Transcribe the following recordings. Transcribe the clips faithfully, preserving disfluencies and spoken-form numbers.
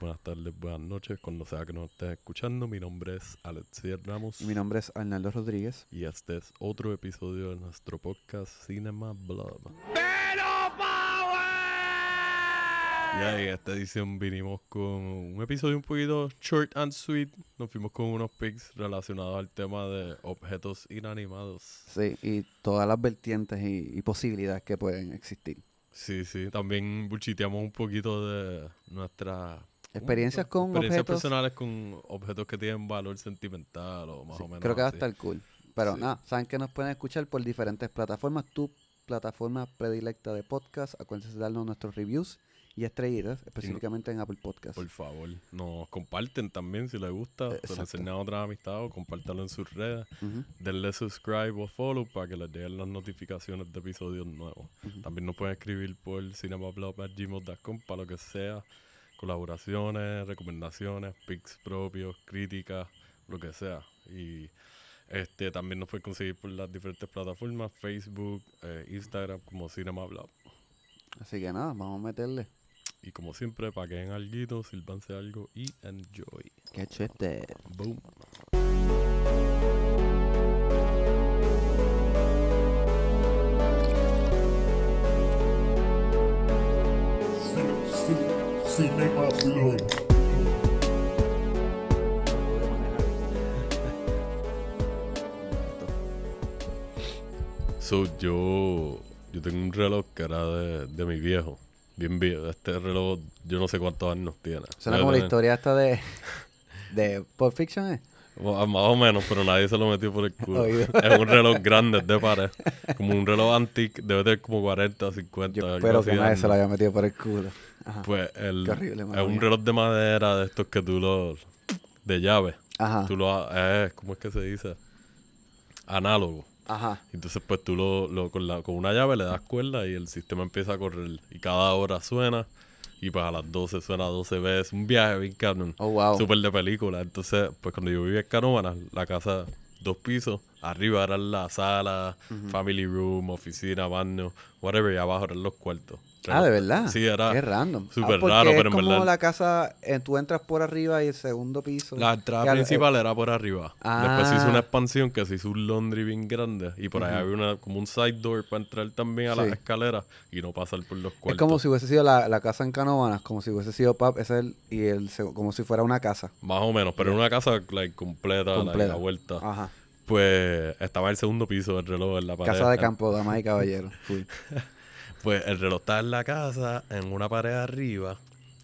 buenas tardes, buenas noches, cuando sea que nos estés escuchando. Mi nombre es Alexier Ramos. Y mi nombre es Arnaldo Rodríguez. Y este es otro episodio de nuestro podcast Cinema Blood. ¡Pero Power! Y ahí, en esta edición vinimos con un episodio un poquito short and sweet. Nos fuimos con unos pics relacionados al tema de objetos inanimados. Sí, y todas las vertientes y, y posibilidades que pueden existir. Sí, sí. También buchiteamos un poquito de nuestra... Experiencias con experiencias objetos. personales con objetos que tienen valor sentimental o más Sí, o menos creo que va a así. estar cool. Pero Sí. nada, saben que nos pueden escuchar por diferentes plataformas. Tu plataforma predilecta de podcast. Acuérdense de darnos nuestros reviews y estrellitas, específicamente en Apple Podcasts. Por favor, nos comparten también si les gusta. Se Exacto. lo enseñan a otras amistades o compártanlo en sus redes. Ujú, Denle subscribe o follow para que les lleguen las notificaciones de episodios nuevos. ujú. También nos pueden escribir por cinemablog arroba gmail punto com para lo que sea. Colaboraciones, recomendaciones, pics propios, críticas, lo que sea. Y este también nos pueden conseguir por las diferentes plataformas, Facebook, eh, Instagram, como cinemablog. Así que nada, vamos a meterle. Y como siempre, paquen alguito, sírvanse algo y enjoy. Qué chete. Boom. Cinema Blood. So, yo, yo tengo un reloj que era de, de mi viejo. Bien viejo. Este reloj, yo no sé cuántos años tiene. Suena Debe como la tener- historia esta de, de Pulp Fiction, ¿eh? Bueno, más o menos, pero nadie se lo metió por el culo. Oído. Es un reloj grande, es de pared. Como un reloj antique, debe tener como cuarenta, cincuenta. Yo algo espero así que nadie años. se lo haya metido por el culo. Ajá. Pues el, Qué horrible, es mala un mía. reloj de madera de estos que tú los... de llave. Ajá. Tú lo... ha- Eh, ¿cómo es que se dice? Análogo. Ajá. Entonces, pues tú lo, lo- con, la, con una llave le das cuerda y el sistema empieza a correr. Y cada hora suena. Y pues a las doce suena doce veces. Un viaje bien cabrón. Oh, wow. Súper de película. Entonces, pues cuando yo vivía en Canóvanas, la casa, dos pisos. Arriba eran la sala, Ujú. family room, oficina, baño, whatever. Y abajo eran los cuartos. Ah, ¿de verdad? Sí, era Qué random. súper Ah, porque raro, es pero en como verdad... la casa, eh, tú entras por arriba y el segundo piso. La entrada Y al- principal era por arriba. Ah. Después se hizo una expansión que se hizo un laundry bien grande. Y por allá Ujú. había una, como un side door para entrar también a las Sí. escaleras y no pasar por los Es cuartos. como si hubiese sido la, la casa en Canóvanas, como si hubiese sido pub, ese es el, y el seg- como si fuera una casa. Más o menos, pero en una casa like, completa, like, Completa. la vuelta. Ajá. Pues estaba en el segundo piso del reloj en la pared. Casa de El- campo, damas y caballeros. Full. Pues el reloj estaba en la casa, en una pared arriba.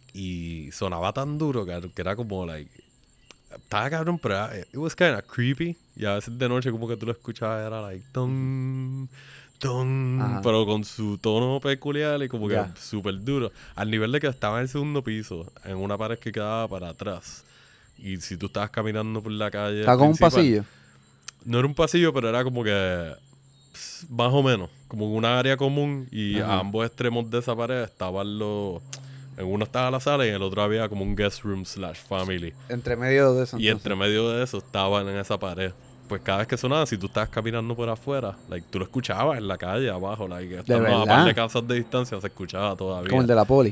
Y sonaba tan duro que, que era como like... Estaba cabrón, pero era, it was kind of creepy. Y a veces de noche como que tú lo escuchabas, era like... Ton, ton, Ajá. pero con su tono peculiar y como que Ya. súper duro. Al nivel de que estaba en el segundo piso, en una pared que quedaba para atrás. Y si tú estabas caminando por la calle... Está como un principal, pasillo. no era un pasillo, pero era como que... pss, más o menos. Como una área común. Y Ajá. a ambos extremos de esa pared estaban los... En uno estaba la sala y en el otro había como un guest room slash family. Entre medio de eso. Y entonces. entre medio de eso estaban en esa pared. Pues cada vez que sonaba, si tú estabas caminando por afuera, like, tú lo escuchabas en la calle abajo. Like, estando a verdad? par de casas de distancia se escuchaba todavía. Como el de la poli.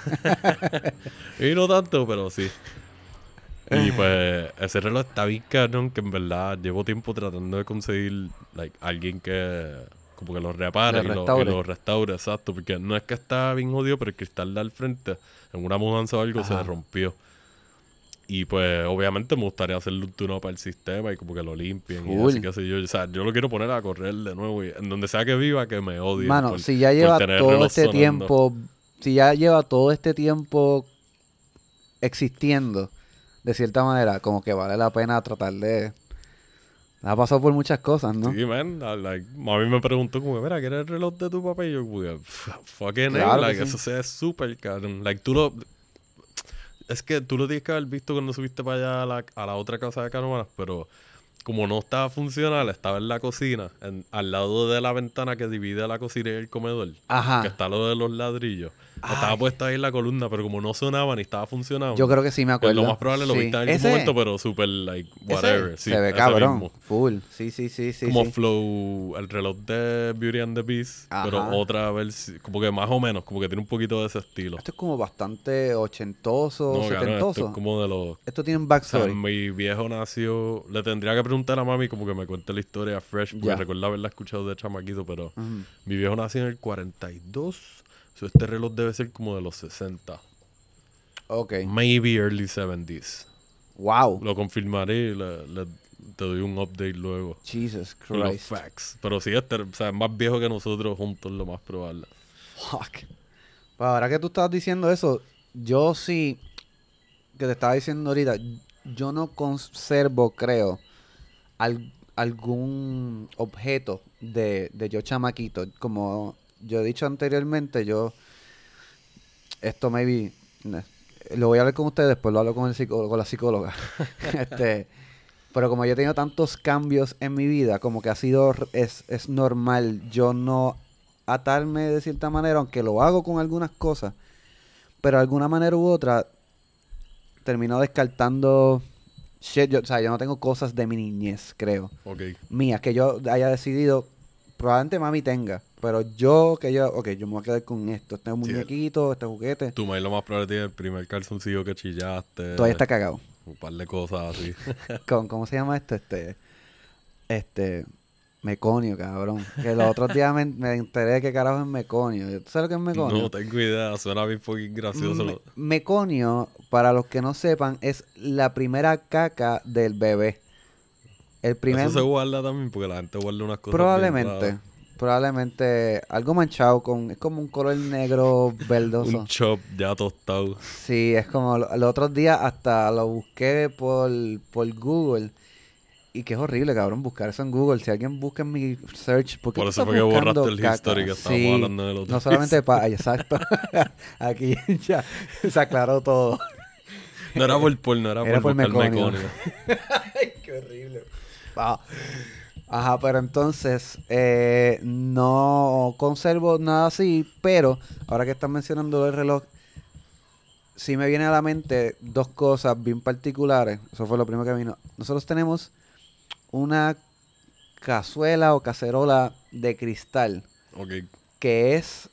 Y no tanto, pero sí. Y pues ese reloj está bien cabrón, que en verdad llevo tiempo tratando de conseguir like, alguien que como que lo repare Le y lo, y restaure. lo restaure, exacto. Porque no es que está bien jodido, pero el cristal de al frente, en una mudanza o algo, Ajá. se rompió. Y pues obviamente me gustaría hacerle un tune para el sistema y como que lo limpien y Full. así que sé yo. O sea, yo lo quiero poner a correr de nuevo y en donde sea que viva que me odie. Mano, por- si ya por lleva tener todo reloj este sonando. tiempo, si ya lleva todo este tiempo existiendo, de cierta manera, como que vale la pena tratar de... Ha pasado por muchas cosas, ¿no? Sí, man. I, like, mami me preguntó como, mira, ¿quieres el reloj de tu papá? Y yo, como que, "F- fucking Claro hell, que like, sí. eso se ve súper cabrón. Like, tú lo... Es que tú lo tienes que haber visto cuando subiste para allá a la, a la otra casa de Canóvanas, pero como no estaba funcional, estaba en la cocina, en- al lado de la ventana que divide la cocina y el comedor, Ajá. que está lo de los ladrillos. Estaba Ay. puesta ahí en la columna, pero como no sonaba ni estaba funcionando. Yo creo que sí me que acuerdo. lo más probable lo Sí. viste en algún Ese- momento, pero super, like, ese whatever. Sí, se ve ese cabrón. mismo. Full. Sí, sí, sí, sí. Como sí. Flow, el reloj de Beauty and the Beast, Ajá. pero otra versión, como que más o menos, como que tiene un poquito de ese estilo. Esto es como bastante ochentoso, No, cabrón, esto setentoso. es como de los... Esto tiene un O sea, backstory. mi viejo nació... Le tendría que preguntar a mami como que me cuente la historia fresh, porque Ya. recuerdo haberla escuchado de chamaquito, pero... Ujú. Mi viejo nació en el cuarenta y dos. So este reloj debe ser como de los sesenta. Ok. Maybe early seventies. Wow. Lo confirmaré y le- le- te doy un update luego. Jesus Con los Christ. facts. Pero sí, este, o sea, es más viejo que nosotros juntos, lo más probable. Fuck. Pues ahora que tú estabas diciendo eso, yo sí, que te estaba diciendo ahorita, yo no conservo, creo, al- algún objeto de, de yo chamaquito. Como yo he dicho anteriormente, yo, esto maybe, no, lo voy a hablar con ustedes, después lo hablo con, el psicólogo, con la psicóloga. este, pero como yo he tenido tantos cambios en mi vida, como que ha sido, r- es, es normal yo no atarme de cierta manera, aunque lo hago con algunas cosas, pero de alguna manera u otra termino descartando shit. Yo, o sea, yo no tengo cosas de mi niñez, creo, Ok. mías, que yo haya decidido, probablemente mami tenga, pero yo, que yo, ok, yo me voy a quedar con esto, este muñequito, este juguete, Tu maíz lo más probable tiene el primer calzoncillo que chillaste. todavía está cagado. Un par de cosas así. Con, ¿cómo se llama esto? Este, este, meconio, cabrón. Que los otros días me, me enteré de qué carajo es meconio. ¿Tú sabes lo que es meconio? No tengo idea. Suena bien fucking gracioso. Me- lo- meconio, para los que no sepan, es la primera caca del bebé. El primer... Eso se guarda también porque la gente guarda unas cosas bien Probablemente, raras. probablemente algo manchado con... Es como un color negro verdoso. Un chop ya tostado. Sí, es como lo- los otros días hasta lo busqué por, por Google. Y que es horrible, cabrón, buscar eso en Google. Si alguien busca en mi search, ¿por qué Por tú eso estás fue que buscando borraste el caca? history que estábamos Sí, hablando del otro no solamente para... Exacto. Aquí ya se aclaró todo. No era por porno, era, Era por por buscar meconio. meconio. Ay, qué horrible. Ah. Ajá, pero entonces eh, no conservo nada así, pero ahora que están mencionando el reloj, sí me viene a la mente dos cosas bien particulares. Eso fue lo primero que vino. Nosotros tenemos una cazuela o cacerola de cristal Ok. que es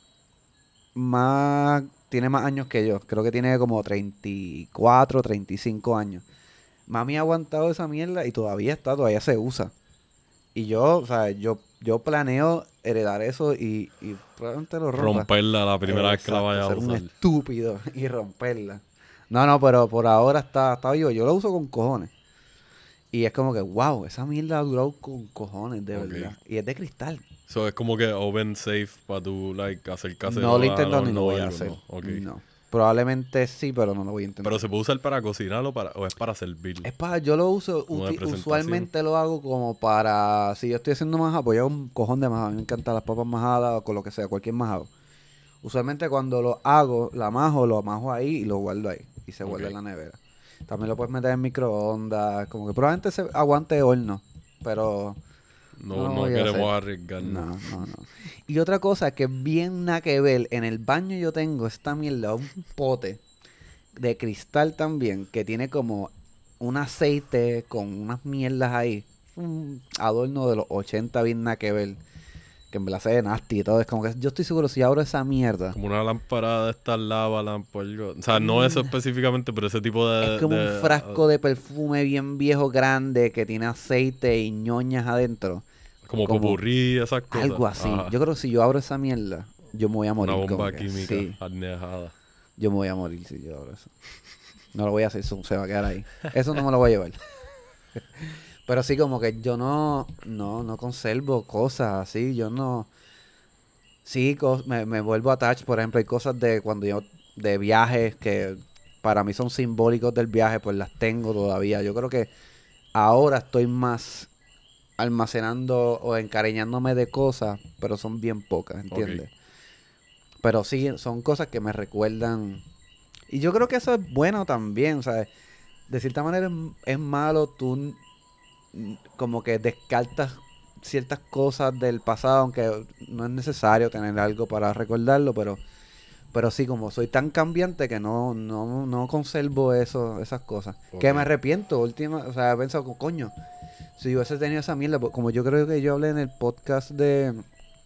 más, tiene más años que yo. Creo que tiene como treinta y cuatro, treinta y cinco años. Mami ha aguantado esa mierda y todavía está, todavía se usa. Y yo, o sea, yo, yo planeo heredar eso y, y probablemente lo rompa. Romperla la primera vez que la Exacto, vayas a ser un usar. estúpido y romperla. No, no, pero por ahora está, está vivo. Yo lo uso con cojones. Y es como que, wow, esa mierda ha durado con cojones, de Ok. verdad. Y es de cristal. So, es como que oven safe para tu, like, hacer cacerola. No lo he intentado al ni lo horno o voy a algo, hacer. ¿no? Ok. No. Probablemente sí, pero no lo voy a intentar. Pero se puede usar para cocinar o, para, o es para servir. Es para, yo lo uso, Como de uti- presentación. usualmente lo hago como para, si yo estoy haciendo majada, pues yo hago un cojón de majada. A mí me encantan las papas majadas o con lo que sea, cualquier majado. Usualmente cuando lo hago, la majo, lo amajo ahí y lo guardo ahí. Y se guarda Ok. en la nevera. También lo puedes meter en microondas, como que probablemente se aguante horno, pero No, no lo no, voy a queremos hacer. arriesgarnos. no, no, no. Y otra cosa que es bien nada que ver, en el baño yo tengo esta mierda, un pote de cristal también, que tiene como un aceite con unas mierdas ahí. Un adorno de los ochenta bien nada que ver. Que en verdad se ve nasty y todo. Es como que yo estoy seguro si abro esa mierda. Como una lámpara de estas lava lamp o algo. O sea, no eso específicamente, pero ese tipo de... Es como de- un frasco de perfume bien viejo grande que tiene aceite y ñoñas adentro. Como, como popurrí, esas cosas. Algo así. Ajá. Yo creo que si yo abro esa mierda, yo me voy a morir. Una como bomba que, química sí, añejada. yo me voy a morir si yo abro eso. No lo voy a hacer, eso se va a quedar ahí. Eso no me lo voy a llevar. Pero sí, como que yo no, no, no conservo cosas así. Yo no... Sí, cos- me, me vuelvo a touch, por ejemplo, hay cosas de cuando yo, de viajes que para mí son simbólicos del viaje, pues las tengo todavía. Yo creo que ahora estoy más almacenando o encariñándome de cosas, pero son bien pocas, ¿entiendes? Pero sí, son cosas que me recuerdan. Y yo creo que eso es bueno también, o sea, de cierta manera es, es malo tú n- mm, como que descartas ciertas cosas del pasado, aunque no es necesario tener algo para recordarlo, pero pero sí, como soy tan cambiante que no no, no conservo eso, esas cosas. Que Ok. me arrepiento, última, o sea, he pensado, co- coño, si yo hubiese tenido esa mierda, pues, como yo creo que yo hablé en el podcast de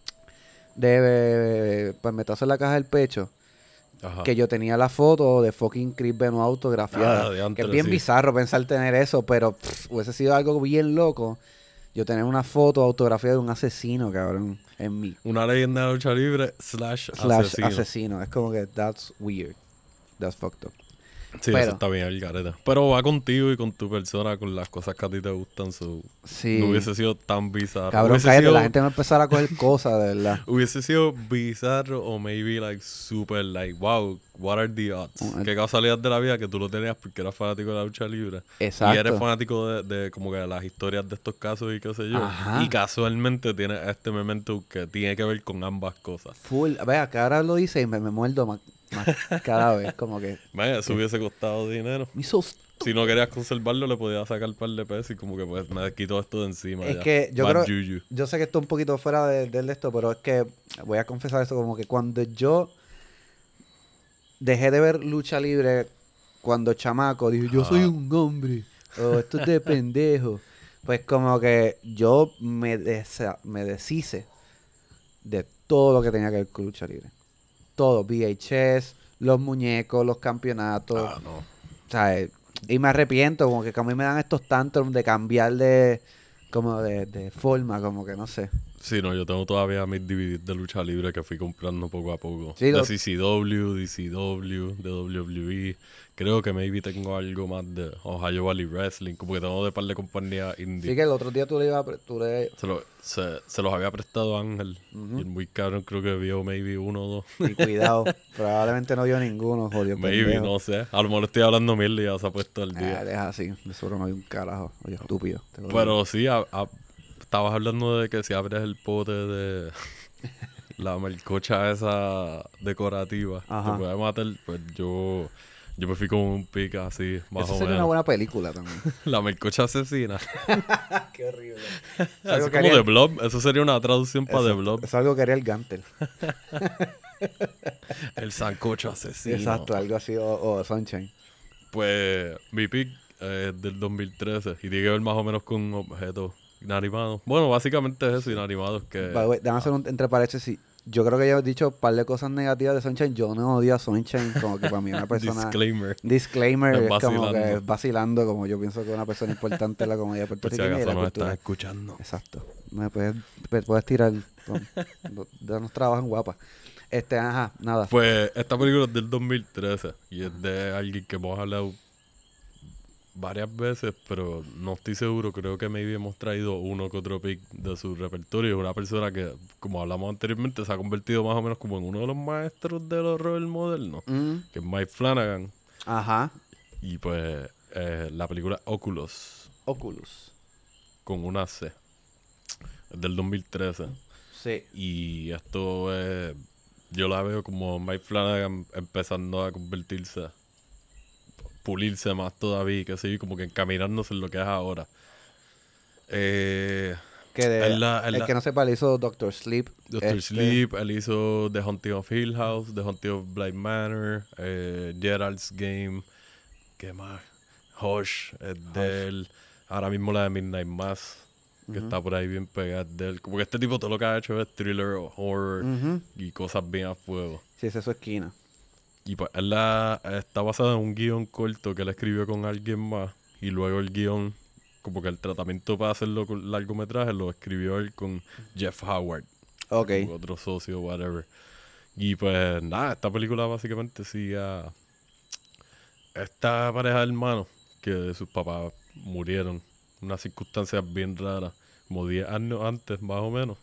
de Palmetazo en la caja del pecho, Ajá. que yo tenía la foto de fucking Chris Benoit autografiada. Ah, que diantre, es bien sí. bizarro pensar tener eso, pero pff, hubiese sido algo bien loco. Yo tener una foto autografiada de un asesino, cabrón, en mí. Una leyenda de la lucha libre slash Slash asesino. asesino. Es como que that's weird. That's fucked up. Sí, Pero- eso está bien el garete. Pero va contigo y con tu persona, con las cosas que a ti te gustan. So, Sí. No hubiese sido tan bizarro. Cabrón, hubiese cállate, sido, la gente va a empezar a coger cosas, de verdad. Hubiese sido bizarro o maybe like super like, wow, what are the odds? Uh, Qué casualidad de la vida que tú lo tenías porque eras fanático de la lucha libre. Exacto. Y eres fanático de, de como que las historias de estos casos y qué sé yo. Ajá. Y casualmente tienes este memento que tiene que ver con ambas cosas. Full. Vea, que ahora lo dice y me, me muerdo más, más cada vez. Como que... Vaya, eso hubiese costado dinero. Me so st- Si no querías conservarlo, le podías sacar un par de pesos y como que pues me quito esto de encima. Es ya. que yo Bad creo... juju. Yo sé que esto es un poquito fuera de, de esto, pero es que voy a confesar esto como que cuando yo dejé de ver lucha libre cuando chamaco, dije, yo soy Ajá. un hombre, o esto es de pendejo. Pues como que yo me, desa- me deshice de todo lo que tenía que ver con lucha libre. Todo, V H S, los muñecos, los campeonatos. Ah, no. ¿Sabes? Y me arrepiento, como que a mí me dan estos tantos de cambiar de, como de, de forma, como que no sé. Sí, no, yo tengo todavía mis D V Ds de lucha libre que fui comprando poco a poco. Sí, de lo- C C W, D C W, de W W E. Creo que maybe tengo algo más de Ohio Valley Wrestling. Como que tengo de par de compañías indie. Sí que el otro día tú le ibas a... pre- Tú le, Se, lo- se, se los había prestado a Ángel. Ujú. Y el muy cabrón creo que vio maybe uno o dos. y cuidado, probablemente no vio ninguno, jodido maybe, pendejo. no sé. A lo mejor estoy hablando mil y ya se ha puesto el Ah, día. deja así, de seguro no hay un carajo. Oye, estúpido. te lo digo. Pero sí, a- a- estabas hablando de que si abres el pote de la melcocha esa decorativa, Ajá. te puede matar. Pues yo, yo me fui con un pick así, más Esa o sería una menos. buena película también. La melcocha asesina. Qué horrible. Eso algo es que como haría- de Blob. Eso sería una traducción para de Blob. Es algo que haría el Gantel. El sancocho asesino. Exacto, algo así, o, o Sunshine. Pues mi pick es del dos mil trece y tiene que ver más o menos con objetos inanimados. Bueno, básicamente es eso, inanimados que... By the way, déjame hacer un entre paréntesis. Yo creo que ya he dicho un par de cosas negativas de Sunshine. Yo no odio a Sunshine, como que para mí es una persona... Disclaimer. Disclaimer, Es es como que vacilando. es vacilando, como yo pienso que es una persona importante en la comedia Por si puertorriqueña y acaso la nos cultura. estás escuchando. Exacto. Me puedes, me puedes tirar. Con, danos trabajo en guapa. Este, ajá, nada. Pues esta película es del dos mil trece y es de alguien que hemos hablado varias veces, pero no estoy seguro. Creo que maybe hemos traído uno que otro pick de su repertorio. Es una persona que, como hablamos anteriormente, se ha convertido más o menos como en uno de los maestros del horror moderno, Mm, que es Mike Flanagan. ajá. Y pues eh, la película Oculus, Oculus. con una C. Es del dos mil trece. Sí. Y esto es, yo la veo como Mike Flanagan empezando a convertirse, pulirse más todavía, que sí, como que encaminándose en lo que es ahora. Eh, Que de- Es la- es el la- que no sepa, le hizo Doctor Sleep. Doctor Este, Sleep, él hizo The Haunting of Hill House, The Haunting of Blind Manor, eh, Gerald's Game, ¿qué más? Hush, es de él. Ahora mismo la de Midnight Mass, que Ujú. está por ahí bien pegada, es de él. Como que este tipo todo lo que ha hecho es thriller o horror Ujú. y cosas bien a fuego. Sí, esa es su esquina. Y pues él la, está basada en un guión corto que él escribió con alguien más. Y luego el guión, como que el tratamiento para hacerlo con largometraje, lo escribió él con Jeff Howard, Ok. como otro socio, whatever. Y pues nada, esta película básicamente sigue a esta pareja de hermanos que sus papás murieron. Unas circunstancias bien raras, como diez años antes, más o menos.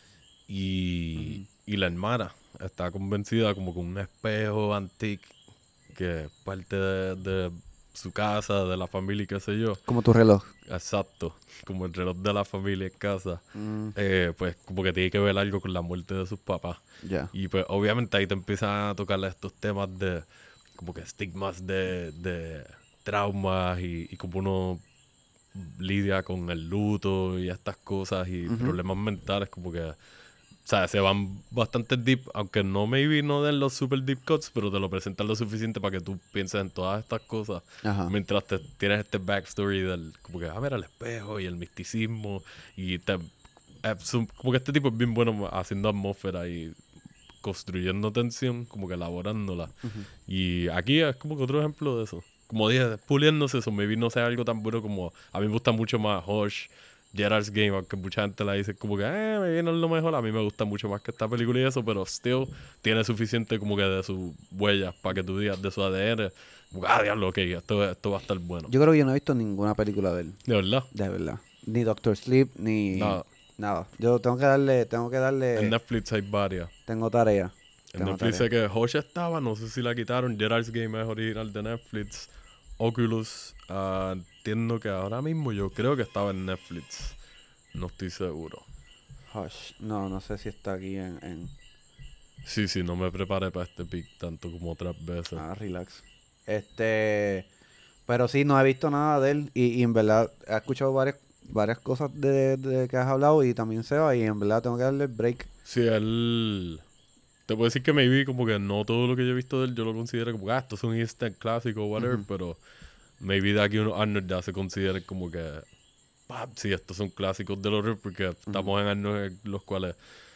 Y, y la hermana está convencida como con un espejo antique que es parte de, de su casa, de la familia y qué sé yo. Como tu reloj. Exacto, como el reloj de la familia en casa. Mm, Eh, pues como que tiene que ver algo con la muerte de sus papás. ya. Y pues obviamente ahí te empiezan a tocar estos temas de como que estigmas de, de traumas y, y como uno lidia con el luto y estas cosas y Ujú. problemas mentales, como que, o sea, se van bastante deep, aunque no maybe no den los super deep cuts, pero te lo presentan lo suficiente para que tú pienses en todas estas cosas, Ajá. mientras te tienes este backstory del, como que, a ver, el espejo y el misticismo, y te, eh, son- como que este tipo es bien bueno haciendo atmósfera y construyendo tensión, como que elaborándola. Ujú. Y aquí es como que otro ejemplo de eso. Como dije, puliéndose eso, maybe no sea algo tan bueno como... A mí me gusta mucho más Hush, Gerald's Game, aunque mucha gente la dice como que, eh, maybe no es lo mejor. A mí me gusta mucho más que esta película y eso, pero still tiene suficiente como que de sus huellas para que tú digas, de su A D N. Como que, ah, diablo, ok, esto, esto va a estar bueno. Yo creo que yo no he visto ninguna película de él, De verdad. de verdad. Ni Doctor Sleep, ni Nada. nada. Yo tengo que darle, tengo que En darle, Netflix hay varias. tengo tarea. En Tengo Netflix tarea. sé que Hush estaba, no sé si la quitaron. Gerald's Game es original de Netflix. Oculus, ah, entiendo que ahora mismo yo creo que estaba en Netflix. No estoy seguro. Hush. No, no sé si está aquí en, en... Sí, sí, no me preparé para este pick tanto como otras veces. Ah, relax. Este, pero sí, no he visto nada de él y, y en verdad he escuchado varias, varias cosas de, de que has hablado y también Seba y en verdad tengo que darle break. Sí, él... Te puedo decir que maybe como que no todo lo que yo he visto de él yo lo considero como que, ah, esto es un instant clásico o whatever, Ujú. pero maybe de aquí a unos años ya se considera como que, ah, sí, estos son clásicos del horror porque estamos en años en los cuales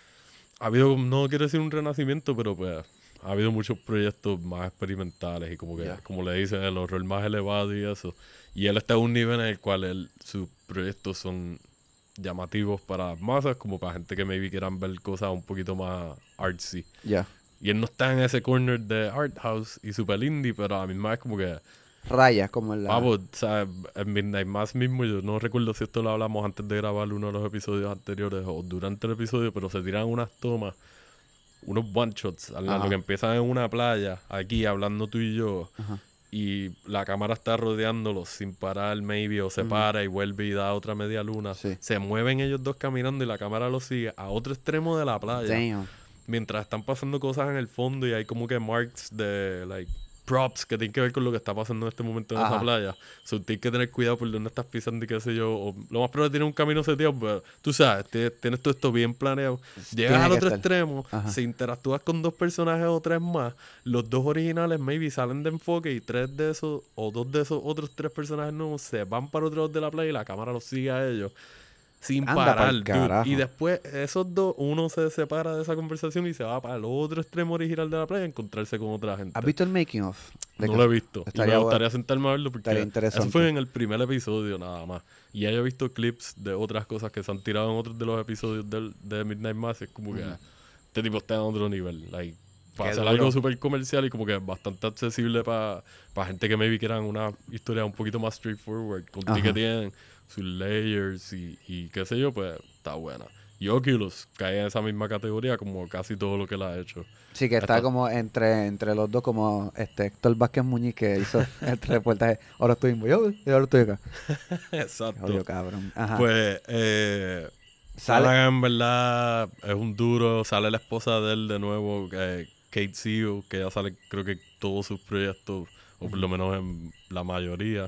ha habido, no quiero decir un renacimiento, pero pues ha habido muchos proyectos más experimentales y como que, Ya. como le dicen, el horror más elevado y eso. Y él está a un nivel en el cual él, sus proyectos son llamativos para las masas, como para gente que maybe quieran ver cosas un poquito más artsy. Ya. Y él no está en ese corner de art house y super indie, pero a la misma vez como que, Rayas como en la... pavo, o sea, en Midnight Mass mismo, yo no recuerdo si esto lo hablamos antes de grabar uno de los episodios anteriores o durante el episodio, pero se tiran unas tomas, unos one shots, a la- Ajá. lo que empiezan en una playa, aquí hablando tú y yo, Ajá. y la cámara está rodeándolos sin parar, maybe, o se Ujú. para y vuelve y da otra media luna. Sí. Se mueven ellos dos caminando y la cámara los sigue a otro extremo de la playa. Damn. Mientras están pasando cosas en el fondo y hay como que marks de, like, props que tienen que ver con lo que está pasando en este momento en Ajá. esa playa. So, tienes que tener cuidado por dónde estás pisando y qué sé yo. O lo más probable es que tiene un camino seteado, pero tú sabes, te- tienes todo esto bien planeado. Tiene Llegas al que otro estar. extremo, Ajá. si interactúas con dos personajes o tres más, los dos originales maybe salen de enfoque y tres de esos o dos de esos otros tres personajes nuevos se van para otro lado de la playa y la cámara los sigue a ellos. Sin Anda parar, pa'l dude. carajo. Y después esos dos, uno se separa de esa conversación y se va para el otro extremo original de la playa a encontrarse con otra gente. ¿Has visto el making of? De No que- lo he visto. Y Estaría me bueno. gustaría sentarme a verlo porque Estaría eso interesante. fue en el primer episodio nada más. Y ya yo he visto clips de otras cosas que se han tirado en otros de los episodios del, de Midnight Mass. Es como que Ujú. este tipo está en otro nivel. Like, para Qué hacer duro. algo súper comercial y como que bastante accesible para gente que maybe quieran una historia un poquito más straightforward. Con Ajá. que tienen sus layers y, y qué sé yo, pues está buena. Y Oculus cae en esa misma categoría como casi todo lo que él ha hecho. Sí, que está Está- como entre, entre los dos, como este Héctor Vázquez Muñiz que hizo el reportaje. Ahora estoy en Boyón y ahora estoy acá. Exacto. Jodido cabrón. Ajá. Pues, eh, Sale- Flanagan, en verdad, es un duro. Sale la esposa de él de nuevo, eh, Kate Seo, que ya sale, creo que todos sus proyectos, o por lo menos en la mayoría.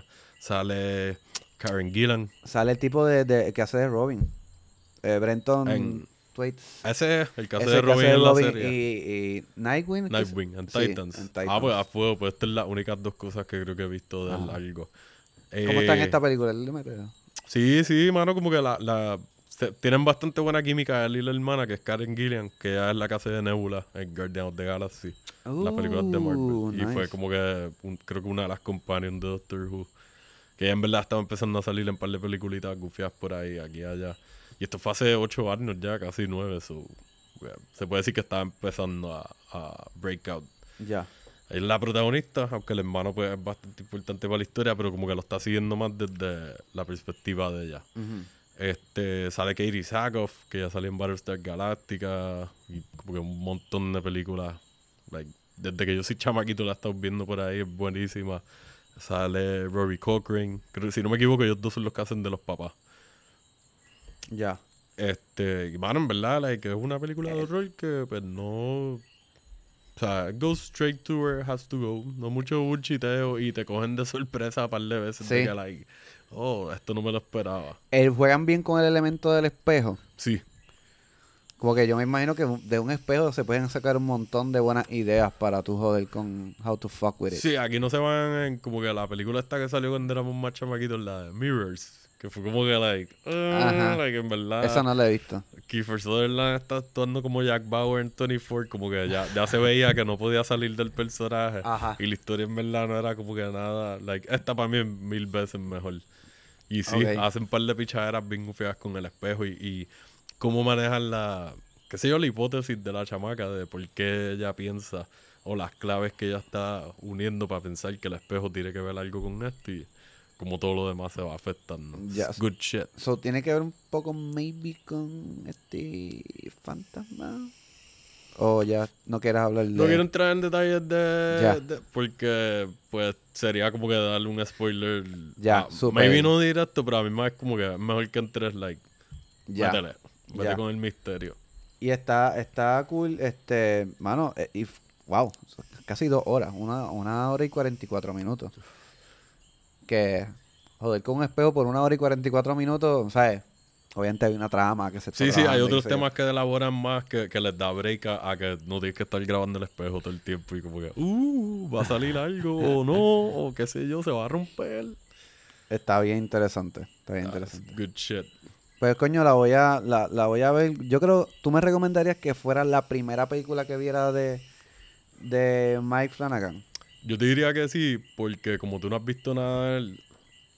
Sale Karen Gillan. Sale el tipo de, de- que hace de Robin. Eh, Brenton En- Thwaites. Ese es el que hace Ese de que Robin hace de en la Robin serie. y, y Nightwing. ¿qué es? Nightwing, en Sí, Titans. en Ah, pues Titans. a fuego, pues estas son las únicas dos cosas que creo que he visto de él, Ajá. algo. ¿Cómo está en Eh, esta película? ¿Él le mete? Sí, sí, mano, como que la, la se- tienen bastante buena química él y la hermana, que es Karen Gillian, que ya es la que hace de Nebula en Guardians of the Galaxy, las películas de Marvel. Uh, Y fue nice. como que un- creo que una de las companions de Doctor Who, que ya en verdad estaba empezando a salir en un par de peliculitas gufiadas por ahí, aquí y allá. Y esto fue hace ocho años ya, casi nueve, so, yeah, se puede decir que estaba empezando a, a break out. Ya. Ella es la protagonista, aunque el hermano pues, es bastante importante para la historia, pero como que lo está siguiendo más desde la perspectiva de ella. Ujú. Este, sale Katie Sackhoff, que ya salió en Battlestar Galactica, y como que un montón de películas. Like, desde que yo soy chamaquito la he estado viendo por ahí, es buenísima. Sale Rory Cochrane, creo, si no me equivoco, ellos dos son los que hacen de los papás. Ya. Este, y mano, en verdad, like, es una película de horror que pues no... O sea, go straight to where it has to go. No mucho bullshiteo y te cogen de sorpresa un par de veces. Sí. De que, like, oh, esto no me lo esperaba. Eh, juegan bien con el elemento del espejo. Sí. Como que yo me imagino que de un espejo se pueden sacar un montón de buenas ideas para tu joder con how to fuck with it. Sí, aquí no se van en como que la película esta que salió cuando éramos más chamaquitos, la de Mirrors. Que fue como que, like, uh, Ajá. like, en verdad. Esa no la he visto. Kiefer Sutherland está actuando como Jack Bauer en veinticuatro, como que ya, ya se veía que no podía salir del personaje. Ajá. Y la historia en verdad no era como que nada. Like, esta para mí es mil veces mejor. Y sí, Ok. hacen un par de pichaderas bien feas con el espejo y, y cómo manejan la, qué sé yo, la hipótesis de la chamaca de por qué ella piensa o las claves que ella está uniendo para pensar que el espejo tiene que ver algo con esto y como todo lo demás se va afectando. Ya. It's good shit. So, tiene que ver un poco maybe con este fantasma. O ya no quieres hablar de... No quiero entrar en detalles de, Ya. de- porque pues sería como que darle un spoiler. Ya, Ah, súper. maybe no directo, pero a mí más es como que es mejor que entres like Ya. métele, vete Ya. con el misterio. Y está, está cool, este, mano, eh, y f- wow, casi dos horas, una, una hora y cuarenta y cuatro minutos. Que, joder, con un espejo por una hora y cuarenta y cuatro minutos, ¿sabes? Obviamente hay una trama que se está Sí, sí, hay trabajando, otros qué sé yo. temas que elaboran más que, que les da break a, a que no tienes que estar grabando el espejo todo el tiempo y como que, uh, va a salir algo o no, o qué sé yo, se va a romper. Está bien interesante, está bien That's interesante. good shit. Pues coño, la voy a, la, la voy a ver. Yo creo, tú me recomendarías que fuera la primera película que viera de, de Mike Flanagan. Yo te diría que sí, porque como tú no has visto nada de él,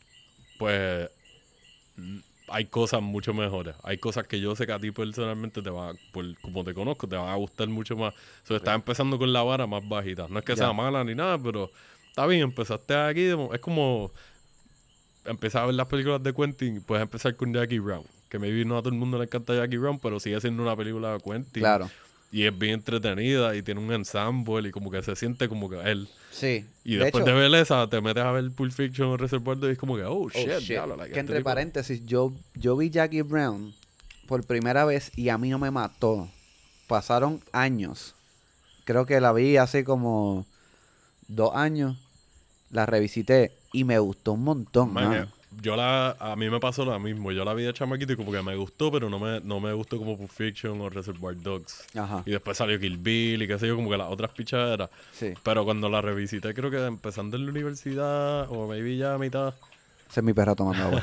pues mm, hay cosas mucho mejores. Hay cosas que yo sé que a ti personalmente te va, por como te conozco, te van a gustar mucho más. O sea, estás empezando con la vara más bajita. No es que Ya. sea mala ni nada, pero está bien, empezaste aquí. de mo- Es como empezar a ver las películas de Quentin, puedes empezar con Jackie Brown. Que maybe no a todo el mundo le encanta Jackie Brown, pero sigue siendo una película de Quentin. Claro. Y es bien entretenida y tiene un ensemble y como que se siente como que él. Sí. Y de después hecho, de ver esa, te metes a ver Pulp Fiction o Reservoir Dogs y es como que, oh, oh, shit, shit, diablo, like, que este entre tipo- paréntesis, yo, yo vi Jackie Brown por primera vez y a mí no me mató. Pasaron años. Creo que la vi hace como dos años. La revisité y me gustó un montón. Man, mano. eh, yo la, a mí me pasó lo mismo. Yo la vi de chamaquito y como que me gustó, pero no me, no me gustó como Pulp Fiction o Reservoir Dogs. Ajá. Y después salió Kill Bill y qué sé yo, como que las otras pichaderas. Sí. Pero cuando la revisité, creo que empezando en la universidad o maybe ya a mitad, Ese es mi perro tomando agua.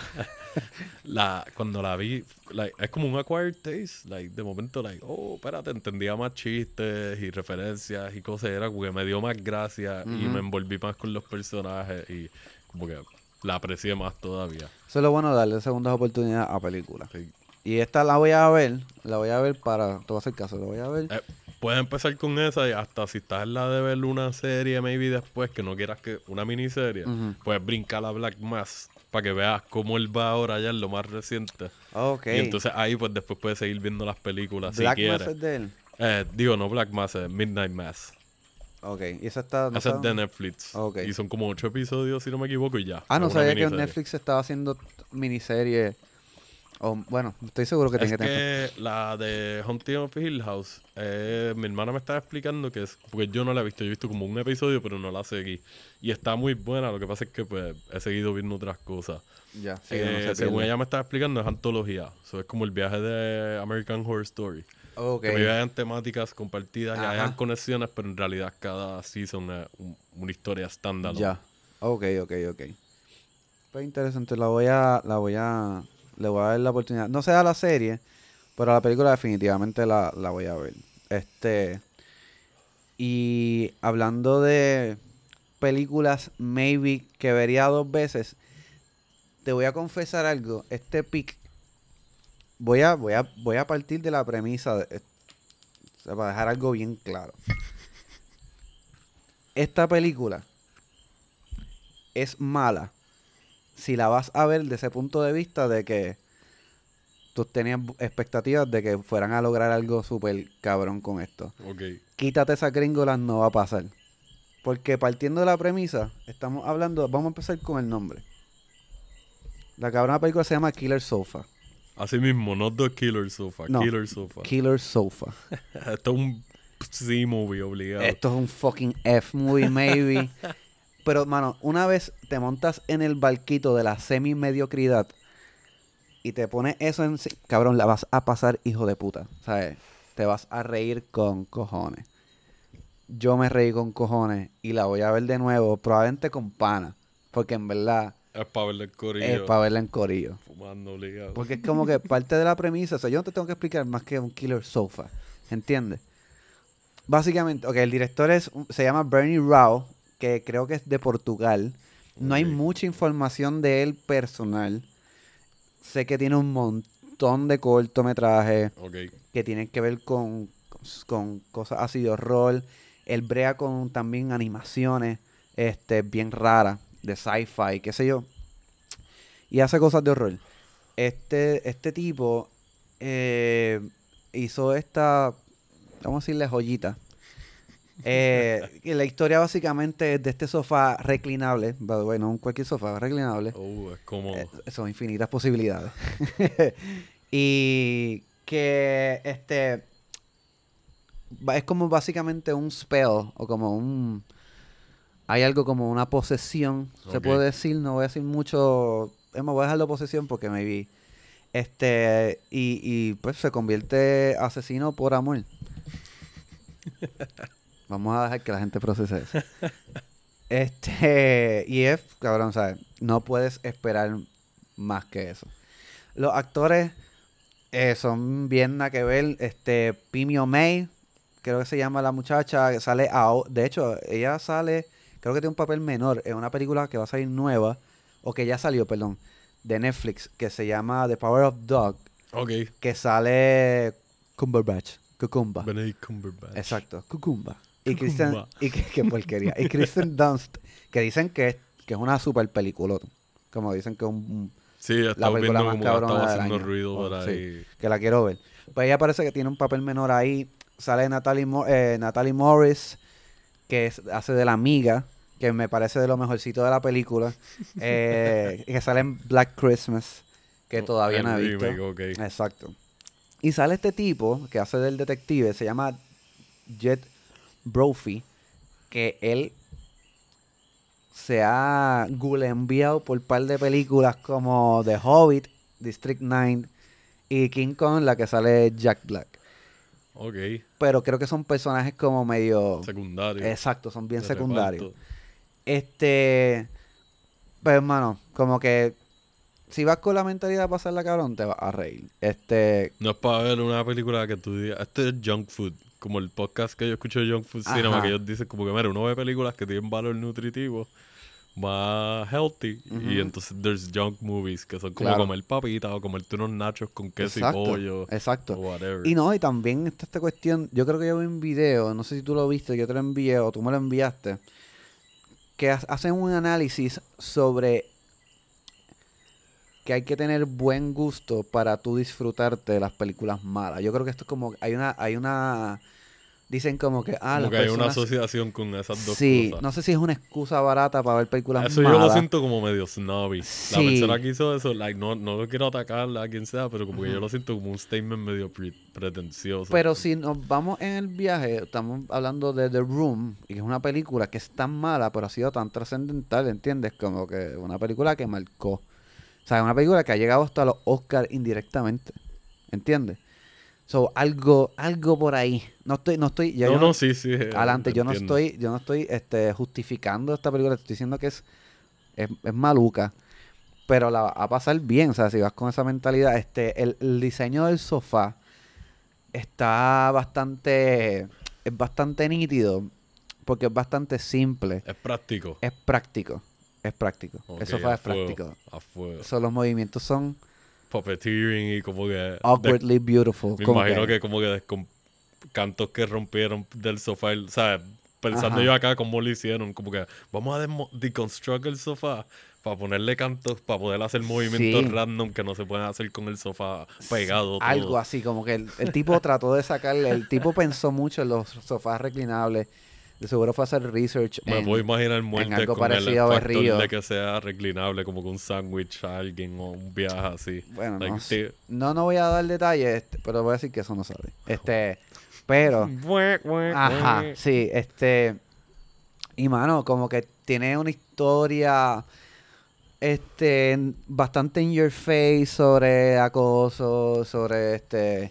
la, cuando la vi, like, es como un acquired taste. Like, de momento, like, oh, espérate, entendía más chistes y referencias y cosas. Era como que me dio más gracia y Ujú. me envolví más con los personajes y como que la aprecié más todavía. Eso es lo bueno, darle segundas oportunidades a películas. Sí. Y esta la voy a ver. La voy a ver para... Te voy a hacer caso. La voy a ver. Eh, puedes empezar con esa y hasta si estás en la de ver una serie, maybe después, que no quieras que una miniserie, Ujú. puedes brincar a Black Mass para que veas cómo él va ahora ya en lo más reciente. Ok. Y entonces ahí pues después puedes seguir viendo las películas Black si Mass quieres. es de él. Eh, digo, no Black Mass, es Midnight Mass. Ok. Y esa está... ¿no Esa es sabe? de Netflix. Ok. Y son como ocho episodios, si no me equivoco, y ya. Ah, no Es una sabía que miniserie. Netflix estaba haciendo miniserie. O, bueno, estoy seguro que Es tiene que tener. que la de Haunting of Hill House, eh, mi hermana me estaba explicando que es, porque yo no la he visto, yo he visto como un episodio, pero no la seguí. Y está muy buena, lo que pasa es que pues he seguido viendo otras cosas. Ya, sí, Eh, no se según pierde. ella me estaba explicando, es antología. Eso es como el viaje de American Horror Story. Ok. Que maybe hayan temáticas compartidas y Ajá. hayan conexiones, pero en realidad cada season es un- una historia estándar. Ya. Ok, ok, ok. Pues interesante, la voy a, la voy a, le voy a dar la oportunidad. No sea la serie, pero la película definitivamente la, la voy a ver. Este, y hablando de películas maybe que vería dos veces, te voy a confesar algo. Este pick, voy a, voy a, voy a partir de la premisa, de, o sea, para dejar algo bien claro. Esta película es mala si la vas a ver desde ese punto de vista de que tú tenías bu- expectativas de que fueran a lograr algo súper cabrón con esto. Ok. Quítate esas gringolas, no va a pasar. Porque partiendo de la premisa, estamos hablando, vamos a empezar con el nombre. La cabrona película se llama Killer Sofa. Así mismo, no The Killer Sofa, No. Killer Sofa. Killer Sofa. Esto es un C-movie obligado. Esto es un fucking F-movie, maybe. Pero, mano, una vez te montas en el barquito de la semi-mediocridad y te pones eso en... Cabrón, la vas a pasar hijo de puta, ¿sabes? Te vas a reír con cojones. Yo me reí con cojones y la voy a ver de nuevo, probablemente con pana. Porque en verdad Es para verle el corillo. es para verla en corillo. Fumando obligado. Porque es como que parte de la premisa, o sea, yo no te tengo que explicar más que un killer sofa, ¿entiendes? Básicamente, ok, el director es, un- se llama Bernie Rao, que creo que es de Portugal. No hay Ok. mucha información de él personal. Sé que tiene un montón de cortometrajes Ok. que tienen que ver con, con cosas así de horror. Él brea con también animaciones este, bien raras, de sci-fi, qué sé yo. Y hace cosas de horror. Este, este tipo eh, hizo esta, vamos a decirle joyita. Eh, y la historia básicamente es de este sofá reclinable, by the way, no un cualquier sofá, reclinable. Oh, es como... Eh, son infinitas posibilidades. Y que este va- es como básicamente un spell o como un... Hay algo como una posesión, se Ok. puede decir, no voy a decir mucho, es más, voy a dejarlo posesión porque me vi. Este, y, y pues se convierte asesino por amor. Vamos a dejar que la gente procese eso. Este, y es, cabrón, ¿sabes? No puedes esperar más que eso. Los actores eh, son bien nada que ver. Este, Pimio May, creo que se llama la muchacha, que sale a, de hecho, ella sale, creo que tiene un papel menor en una película que va a salir nueva, o que ya salió, perdón, de Netflix, que se llama The Power of Dog, Ok. que sale Cumberbatch, Cucumba. Benedict Cumberbatch. Exacto, Cucumba. Y Kristen, Cucumba. y qué, qué porquería. Y Kristen Dunst, que dicen que es, que es una super película. Como dicen que es un, un- Sí, estaba película viendo más como que cabrona estaba del haciendo año. ruido Oh, por sí. ahí. que la quiero ver. Pues ella parece que tiene un papel menor ahí. Sale Natalie, Mo- eh, Natalie Morris, que es- hace de la amiga, que me parece de lo mejorcito de la película. Eh, que sale en Black Christmas, que Oh, todavía el no he visto. remake, ok. Exacto. Y sale este tipo que hace del detective, se llama Jet Brophy, que él se ha enviado por un par de películas como The Hobbit, District nueve y King Kong, la que sale Jack Black. Ok. Pero creo que son personajes como medio... Secundario. Exacto, son bien de secundarios. reparto. Este... Pues hermano, como que si vas con la mentalidad de pasarla cabrón, te vas a reír. Este... No es para ver una película que tú digas, esto es junk food. Como el podcast que yo escucho de Junk Food Cinema, Ajá. que ellos dicen como que, mira, uno ve películas que tienen valor nutritivo, más healthy, Ujú. y entonces there's junk movies, que son como Claro. comer papitas o comerte unos nachos con queso Exacto, y pollo, exacto. o whatever. Y no, y también está esta cuestión, yo creo que yo vi un video, no sé si tú lo viste, yo te lo envié o tú me lo enviaste, que ha- hacen un análisis sobre que hay que tener buen gusto para tú disfrutarte de las películas malas. Yo creo que esto es como, hay una, hay una, dicen como que, ah, como las que hay una personas... asociación con esas dos Sí, cosas. no sé si es una excusa barata para ver películas Eso malas. yo lo siento como medio snobby. La Sí. persona que hizo eso, like, no, no lo quiero atacar a quien sea, pero como que yo Ujú. lo siento como un statement medio pre- pretencioso. Pero si nos vamos en el viaje, estamos hablando de The Room, y es una película que es tan mala, pero ha sido tan trascendental, ¿entiendes? Como que una película que marcó. O sea, una película que ha llegado hasta los Oscars indirectamente, ¿entiendes? So, algo, algo por ahí. No estoy, no estoy, ya no, yo no, sí, sí. eh, adelante, yo no entiendo. estoy, yo no estoy este, justificando esta película, estoy diciendo que es, es, es maluca, pero la va a pasar bien, o sea, si vas con esa mentalidad, este, el, el diseño del sofá está bastante, es bastante nítido, porque es bastante simple, Es práctico. es práctico, es práctico, Ok, el sofá a es fuego, práctico, A fuego. so, los movimientos son Puppeteering y como que... de- awkwardly beautiful, me como imagino que- que, como que descom- cantos que rompieron del sofá, el- ¿sabes? Pensando Ajá. yo acá cómo lo hicieron, como que vamos a demo- deconstruct el sofá para ponerle cantos, para poder hacer movimientos Sí. random que no se pueden hacer con el sofá pegado. algo todo. así, como que el, el tipo trató de sacarle, el tipo pensó mucho en los sofás reclinables, De seguro fue a hacer research Me en, puedo imaginar muertes algo con el parecido a factor Berrío. de que sea reclinable, como que un sándwich a alguien o un viaje así. Bueno, Like, no, sí. sé. no, no voy a dar detalles, este, pero voy a decir que eso no sabe. Este, pero, ajá, sí, este, y mano, como que tiene una historia, este, bastante in your face sobre acoso, sobre, este,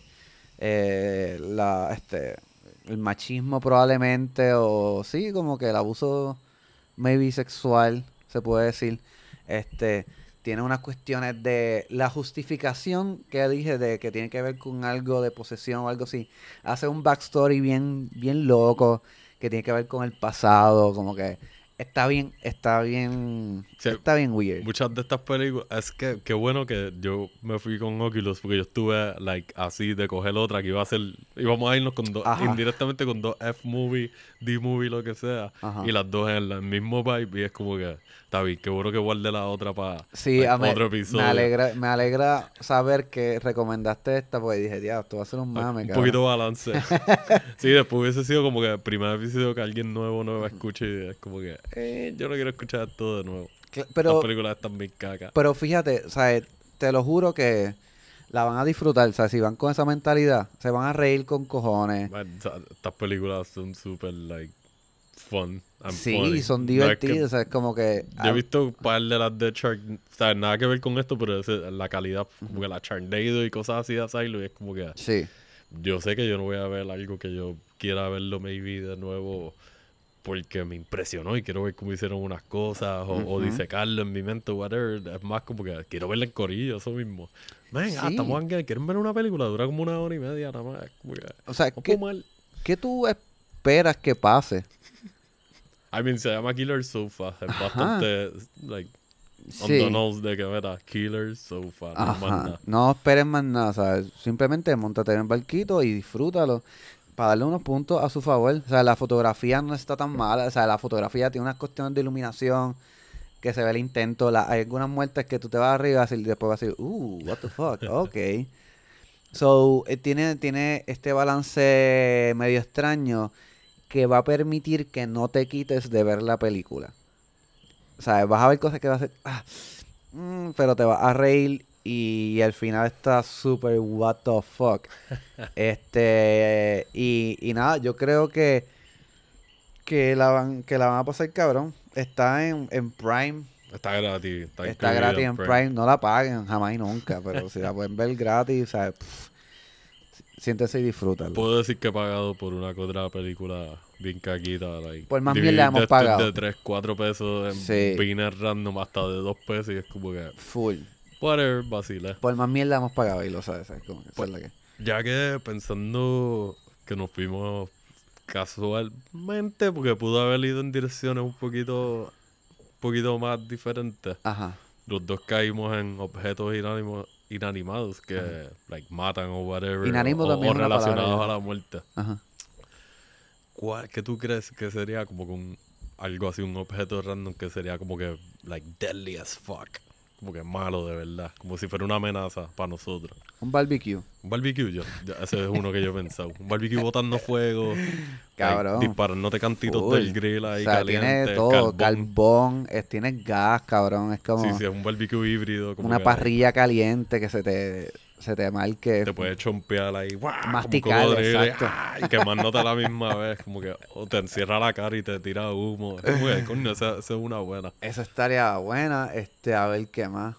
eh, la, este, el machismo probablemente, o sí, como que el abuso maybe sexual, se puede decir. Este, tiene unas cuestiones de la justificación que dije de que tiene que ver con algo de posesión o algo así. Hace un backstory bien, bien loco que tiene que ver con el pasado, como que está bien, está bien, Sí, está bien weird. muchas de estas películas, es que qué bueno que yo me fui con Oculus porque yo estuve like así de coger otra que iba a ser, íbamos a irnos con dos, Ajá. indirectamente con dos F-movie, D-movie, lo que sea, Ajá. y las dos en el mismo vibe y es como que, está bien, qué bueno que guarde la otra para Sí, a me, otro me episodio. alegra, me alegra saber que recomendaste esta porque dije, ya, esto va a ser un mame, Un cabrón. poquito de balance. Sí, después hubiese sido como que el primer episodio que alguien nuevo no me escuche y es como que, eh, yo no quiero escuchar todo de nuevo. Cl- Las Pero, películas están bien cacas. pero fíjate, o sea, te lo juro que la van a disfrutar. O sea, si van con esa mentalidad, se van a reír con cojones. Man, o sea, estas películas son súper, like, fun and Sí, funny. son No es que- divertidas. O sea, es como que... yo he visto un par de las de Shark, o sea, nada que ver con esto, pero es la calidad, como que la Sharknado y cosas así de Asylum, y es como que Sí. yo sé que yo no voy a ver algo que yo quiera verlo maybe de nuevo porque me impresionó y quiero ver cómo hicieron unas cosas o, o Ujú. disecarlo en mi mente, whatever. Es más como que quiero verla en corillo, eso mismo. Man, ah, Sí. estamos aquí, ¿quieren ver una película? Dura como una hora y media nada más. Es como que, O sea, no ¿qué, puedo mal. ¿qué tú esperas que pase? I mean, se llama Killer Sofa. Es Ajá. bastante, like, on Sí. the nose de que, mira, Killer Sofa, no más Ajá. nada. No esperes más nada, ¿sabes? Simplemente montate en el barquito y disfrútalo para darle unos puntos a su favor. O sea, la fotografía no está tan mala. O sea, la fotografía tiene unas cuestiones de iluminación que se ve el intento. La, hay algunas muertes que tú te vas arriba y después vas a decir, uh, what the fuck, ok. So, eh, tiene, tiene este balance medio extraño que va a permitir que no te quites de ver la película. O sea, vas a ver cosas que vas a hacer, ah, mm, pero te vas a reír y al final está súper what the fuck. Este, y, y nada, yo creo que, que, la van, que la van a pasar cabrón. Está en, en Prime. Está gratis. Está, Está incluida gratis en Prime. No la paguen jamás y nunca, pero si la pueden ver gratis, o sea, pff, siéntese y disfrútalo. Puedo decir que he pagado por una que otra película bien caquita. Like, Por más D V D mierda hemos de estos pagado. de tres, cuatro pesos en Sí. Vine random hasta de dos pesos y es como que, Full. whatever, vacila. Por más mierda hemos pagado y lo sabes, ¿sabes? Como que esa Pues, es la que... Ya que pensando que nos fuimos casualmente, porque pudo haber ido en direcciones un poquito, un poquito más diferentes. Ajá. Los dos caímos en objetos inánimos, inanimados que like, matan o whatever. Inánimo o, también o es una relacionados palabra, a ya. la muerte. Ajá. ¿Cuál, ¿Qué tú crees que sería como con algo así, un objeto random que sería como que like deadly as fuck? Como que malo de verdad. Como si fuera una amenaza para nosotros. Un barbecue. Un barbecue, yo, yo- ese es uno que yo he pensado. Un barbecue botando fuego. Cabrón. Like, disparándote cantitos Full. del grill ahí O sea, caliente. tiene todo. carbón. Carbón. es- tiene gas, cabrón. Es como Sí, sí, es un barbecue híbrido. Como una que parrilla caliente que se te, se te marque. te puedes chompear ahí. ¡guau! como Masticar, cocodrilo, y, exacto. ¡ah! Y quemándote a la misma vez. Como que o te encierra la cara y te tira humo. Es como que, coño, esa, esa es una buena. Eso estaría buena. Este, a ver qué más.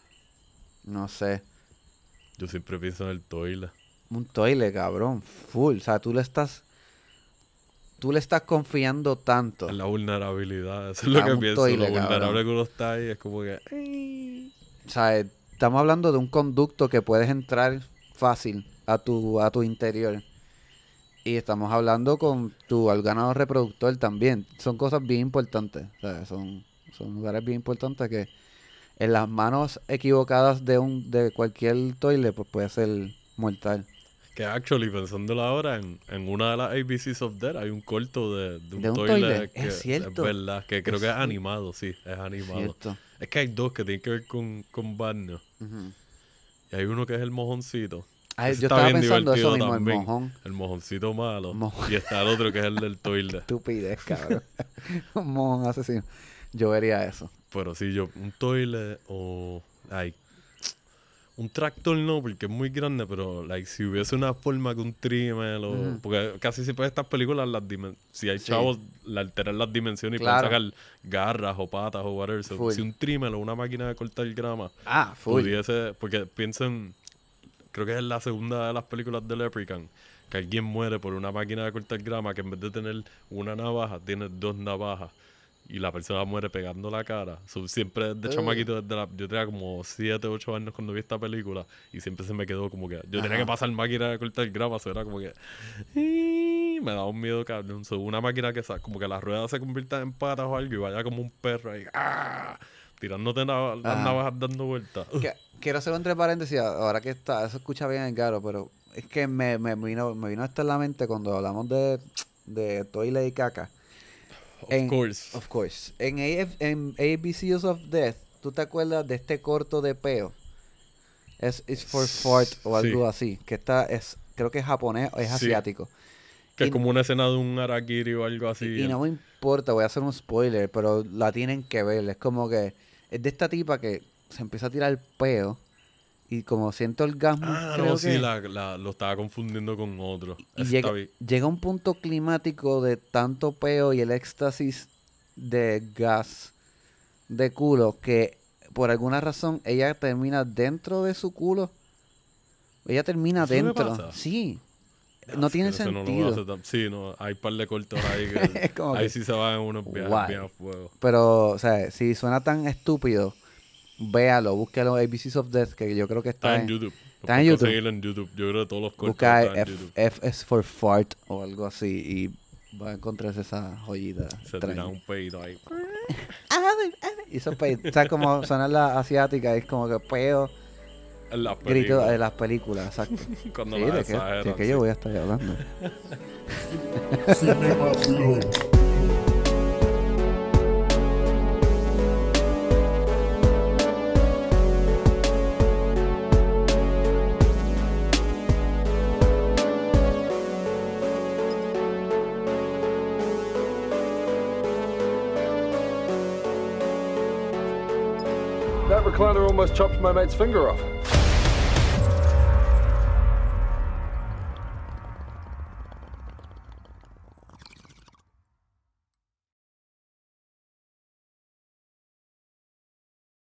No sé. Yo siempre pienso en el toilet. Un toile, cabrón. Full. O sea, tú le estás. Tú le estás confiando tanto. En la vulnerabilidad. Eso es lo A que un pienso. toilet, Lo vulnerable cabrón. que uno está ahí es como que... "Ay". O sea, estamos hablando de un conducto que puedes entrar fácil a tu, a tu interior. Y estamos hablando con tu órgano reproductor también. Son cosas bien importantes. O sea, son, son lugares bien importantes que en las manos equivocadas de un de cualquier toile pues puede ser mortal. Que actually, pensándolo ahora, en, en una de las A B Cs of Death hay un corto de, de un, ¿De un toilet. toilet? Que Es cierto. Es verdad. Que creo Es que es cierto. animado, sí. Es animado. ¿Cierto? Es que hay dos que tienen que ver con, con Barney. Ujú. Y hay uno que es el mojoncito. Ay, Ese yo está estaba bien pensando eso divertido mismo, el también. mojón. El mojoncito malo. Mojón. Y está el otro que es el del toilet. Estupidez, cabrón. Un mojón asesino. Yo vería eso. Pero sí, yo, un toilet o... Ay, un tractor no, porque es muy grande, pero like, si hubiese una forma que un trimmer o... Ujú. Porque casi siempre estas películas, las dimen- si hay Sí. chavos, le alteran las dimensiones y Claro. pueden sacar garras o patas o whatever. So, Full. si un trimmer o una máquina de cortar grama Ah, full. pudiese... Porque piensen, creo que es la segunda de las películas de Leprechaun, que alguien muere por una máquina de cortar grama que en vez de tener una navaja, tiene dos navajas. Y la persona muere pegando la cara. So, siempre desde Ugh. chamaquito, desde la, yo tenía como siete, ocho años cuando vi esta película. Y siempre se me quedó como que... Yo tenía Ajá. que pasar máquina de cortar grama. Eso era como que... y me daba un miedo, cabrón. So, una máquina que sa- como que las ruedas se conviertan en patas o algo y vaya como un perro ahí... ¡ah! Tirándote nav- las Ajá. navajas dando vueltas. Que- quiero hacer entre paréntesis, ahora que está, eso escucha bien el Garo, pero es que me, me vino, me vino esto en la mente cuando hablamos de, de toilet y caca. Of en- course. Of course. En, A F en A B Cs of Death, ¿tú te acuerdas de este corto de peo? Es It's for Fart o algo Sí. así. Que está, es, creo que es japonés o es Sí. asiático. Que y- es como una escena de un harakiri o algo así. Y, y no me importa, voy a hacer un spoiler, pero la tienen que ver. Es como que es de esta tipa que se empieza a tirar peo y como siento orgasmo, Ah, creo no, sí, que la, la- lo estaba confundiendo con otro. y Ese llega, está bien. llega un punto climático de tanto peo y el éxtasis de gas de culo que por alguna razón ella termina dentro de su culo. Ella termina ¿Eso le dentro. pasa? Sí. Ah, No es que tiene eso no lo sentido. hace tan- sí, no, hay par de cortos ahí que Es como ahí que, sí se van unos viajes guay. bien a fuego. pero, o sea, si suena tan estúpido, véalo, búsquelo A B Cs of Death, que yo creo que está, Está en en, YouTube. está en Puedes YouTube. conseguirlo en YouTube. Yo creo que todos los cortos busca están en F, YouTube. F es for fart o algo así y va a encontrarse esa joyita. Se extraña. tiran un peito ahí. Y eso pe- ¿sabes cómo suena la asiática? Es como que peo, En las grito películas. de las películas, exacto. Cuando Sí, las de que, exageran, de que sí. yo voy a estar hablando. Cinema Flow. That recliner almost chopped my mate's finger off.